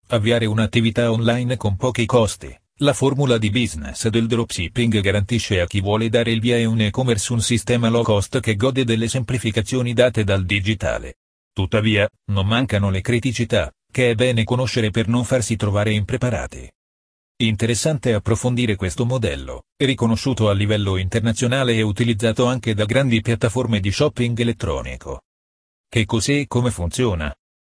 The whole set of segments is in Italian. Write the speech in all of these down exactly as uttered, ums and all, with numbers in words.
Avviare un'attività online con pochi costi. La formula di business del dropshipping garantisce a chi vuole dare il via a un e-commerce un sistema low cost che gode delle semplificazioni date dal digitale. Tuttavia, non mancano le criticità, che è bene conoscere per non farsi trovare impreparati. Interessante approfondire questo modello, riconosciuto a livello internazionale e utilizzato anche da grandi piattaforme di shopping elettronico. Che cos'è e come funziona?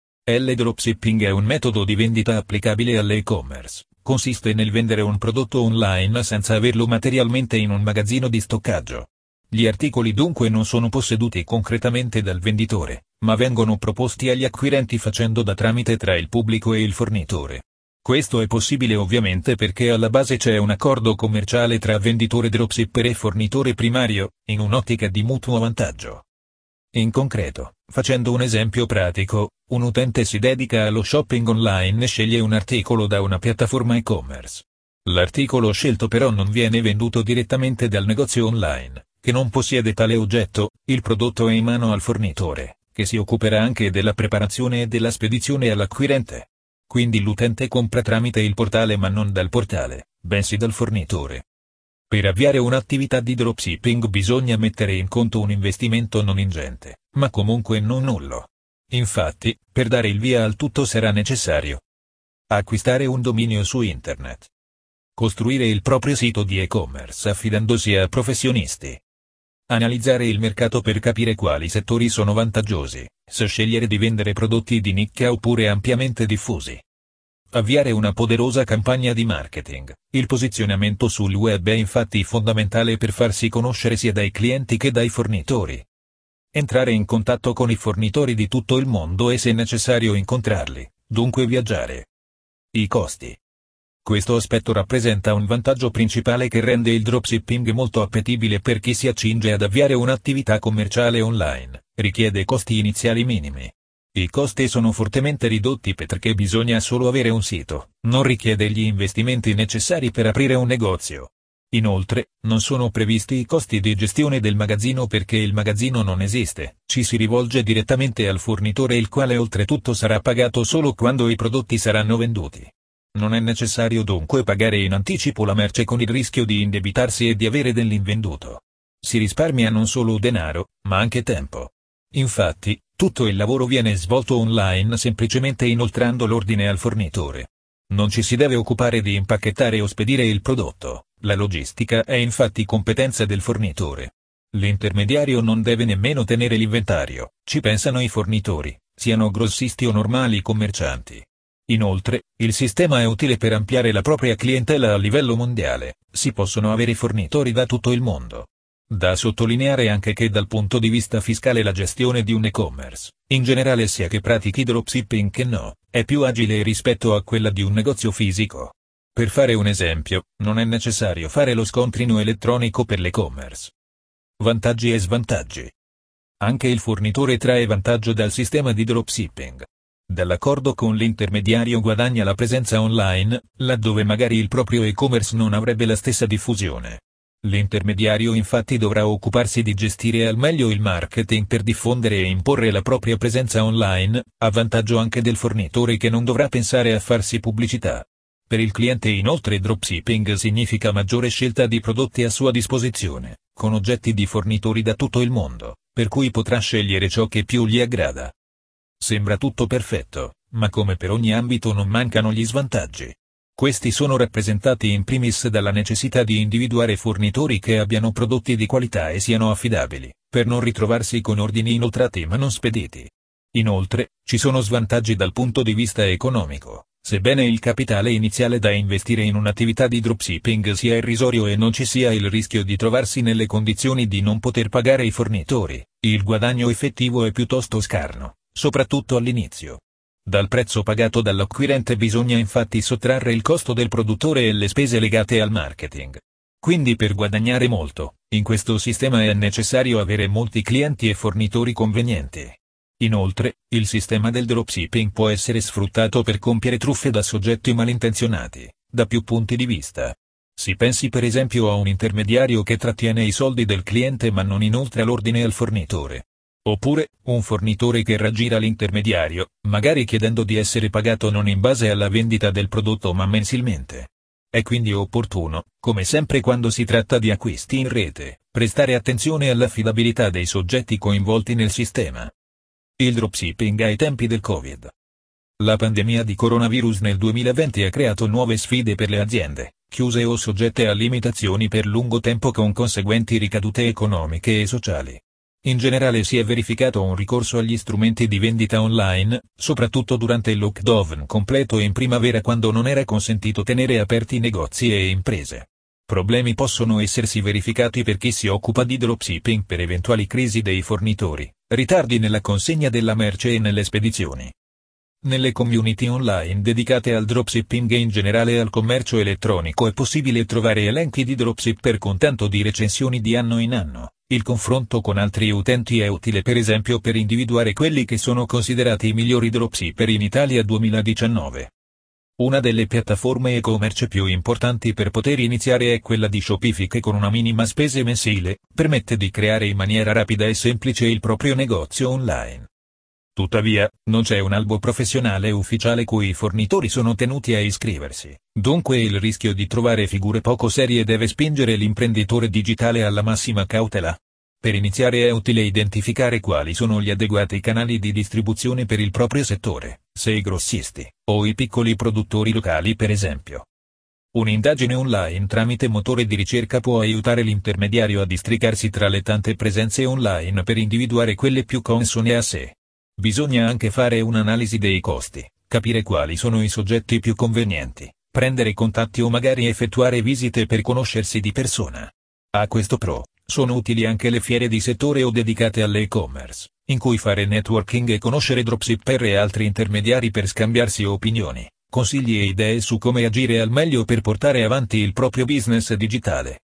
Il dropshipping è un metodo di vendita applicabile all'e-commerce. Consiste nel vendere un prodotto online senza averlo materialmente in un magazzino di stoccaggio. Gli articoli dunque non sono posseduti concretamente dal venditore, ma vengono proposti agli acquirenti facendo da tramite tra il pubblico e il fornitore. Questo è possibile ovviamente perché alla base c'è un accordo commerciale tra venditore dropshipper e fornitore primario, in un'ottica di mutuo vantaggio. In concreto, facendo un esempio pratico, un utente si dedica allo shopping online e sceglie un articolo da una piattaforma e-commerce. L'articolo scelto però non viene venduto direttamente dal negozio online, che non possiede tale oggetto, il prodotto è in mano al fornitore, che si occuperà anche della preparazione e della spedizione all'acquirente. Quindi l'utente compra tramite il portale ma non dal portale, bensì dal fornitore. Per avviare un'attività di dropshipping bisogna mettere in conto un investimento non ingente, ma comunque non nullo. Infatti, per dare il via al tutto sarà necessario acquistare un dominio su internet, costruire il proprio sito di e-commerce affidandosi a professionisti, analizzare il mercato per capire quali settori sono vantaggiosi, se scegliere di vendere prodotti di nicchia oppure ampiamente diffusi. Avviare una poderosa campagna di marketing. Il posizionamento sul web è infatti fondamentale per farsi conoscere sia dai clienti che dai fornitori. Entrare in contatto con i fornitori di tutto il mondo e se necessario incontrarli, dunque viaggiare. I costi. Questo aspetto rappresenta un vantaggio principale che rende il dropshipping molto appetibile per chi si accinge ad avviare un'attività commerciale online, richiede costi iniziali minimi. I costi sono fortemente ridotti perché bisogna solo avere un sito, non richiede gli investimenti necessari per aprire un negozio. Inoltre, non sono previsti i costi di gestione del magazzino perché il magazzino non esiste, ci si rivolge direttamente al fornitore il quale oltretutto sarà pagato solo quando i prodotti saranno venduti. Non è necessario dunque pagare in anticipo la merce con il rischio di indebitarsi e di avere dell'invenduto. Si risparmia non solo denaro, ma anche tempo. Infatti, tutto il lavoro viene svolto online semplicemente inoltrando l'ordine al fornitore. Non ci si deve occupare di impacchettare o spedire il prodotto, la logistica è infatti competenza del fornitore. L'intermediario non deve nemmeno tenere l'inventario, ci pensano i fornitori, siano grossisti o normali commercianti. Inoltre, il sistema è utile per ampliare la propria clientela a livello mondiale, si possono avere fornitori da tutto il mondo. Da sottolineare anche che dal punto di vista fiscale la gestione di un e-commerce, in generale sia che pratichi dropshipping che no, è più agile rispetto a quella di un negozio fisico. Per fare un esempio, non è necessario fare lo scontrino elettronico per l'e-commerce. Vantaggi e svantaggi. Anche il fornitore trae vantaggio dal sistema di dropshipping. Dall'accordo con l'intermediario guadagna la presenza online, laddove magari il proprio e-commerce non avrebbe la stessa diffusione. L'intermediario infatti dovrà occuparsi di gestire al meglio il marketing per diffondere e imporre la propria presenza online, a vantaggio anche del fornitore che non dovrà pensare a farsi pubblicità. Per il cliente inoltre dropshipping significa maggiore scelta di prodotti a sua disposizione, con oggetti di fornitori da tutto il mondo, per cui potrà scegliere ciò che più gli aggrada. Sembra tutto perfetto, ma come per ogni ambito non mancano gli svantaggi. Questi sono rappresentati in primis dalla necessità di individuare fornitori che abbiano prodotti di qualità e siano affidabili, per non ritrovarsi con ordini inoltrati ma non spediti. Inoltre, ci sono svantaggi dal punto di vista economico, sebbene il capitale iniziale da investire in un'attività di dropshipping sia irrisorio e non ci sia il rischio di trovarsi nelle condizioni di non poter pagare i fornitori, il guadagno effettivo è piuttosto scarno, soprattutto all'inizio. Dal prezzo pagato dall'acquirente bisogna infatti sottrarre il costo del produttore e le spese legate al marketing. Quindi per guadagnare molto, in questo sistema è necessario avere molti clienti e fornitori convenienti. Inoltre, il sistema del dropshipping può essere sfruttato per compiere truffe da soggetti malintenzionati, da più punti di vista. Si pensi per esempio a un intermediario che trattiene i soldi del cliente ma non inoltra l'ordine al fornitore. Oppure, un fornitore che raggira l'intermediario, magari chiedendo di essere pagato non in base alla vendita del prodotto ma mensilmente. È quindi opportuno, come sempre quando si tratta di acquisti in rete, prestare attenzione all'affidabilità dei soggetti coinvolti nel sistema. Il dropshipping ai tempi del Covid. La pandemia di coronavirus nel duemilaventi ha creato nuove sfide per le aziende, chiuse o soggette a limitazioni per lungo tempo con conseguenti ricadute economiche e sociali. In generale si è verificato un ricorso agli strumenti di vendita online, soprattutto durante il lockdown completo in primavera quando non era consentito tenere aperti negozi e imprese. Problemi possono essersi verificati per chi si occupa di dropshipping per eventuali crisi dei fornitori, ritardi nella consegna della merce e nelle spedizioni. Nelle community online dedicate al dropshipping e in generale al commercio elettronico è possibile trovare elenchi di dropshipper con tanto di recensioni di anno in anno. Il confronto con altri utenti è utile per esempio per individuare quelli che sono considerati i migliori dropshipper in Italia duemiladiciannove. Una delle piattaforme e-commerce più importanti per poter iniziare è quella di Shopify che con una minima spesa mensile, permette di creare in maniera rapida e semplice il proprio negozio online. Tuttavia, non c'è un albo professionale ufficiale cui i fornitori sono tenuti a iscriversi, dunque il rischio di trovare figure poco serie deve spingere l'imprenditore digitale alla massima cautela. Per iniziare è utile identificare quali sono gli adeguati canali di distribuzione per il proprio settore, se i grossisti, o i piccoli produttori locali per esempio. Un'indagine online tramite motore di ricerca può aiutare l'intermediario a districarsi tra le tante presenze online per individuare quelle più consone a sé. Bisogna anche fare un'analisi dei costi, capire quali sono i soggetti più convenienti, prendere contatti o magari effettuare visite per conoscersi di persona. A questo pro, sono utili anche le fiere di settore o dedicate all'e-commerce, in cui fare networking e conoscere dropshipper e altri intermediari per scambiarsi opinioni, consigli e idee su come agire al meglio per portare avanti il proprio business digitale.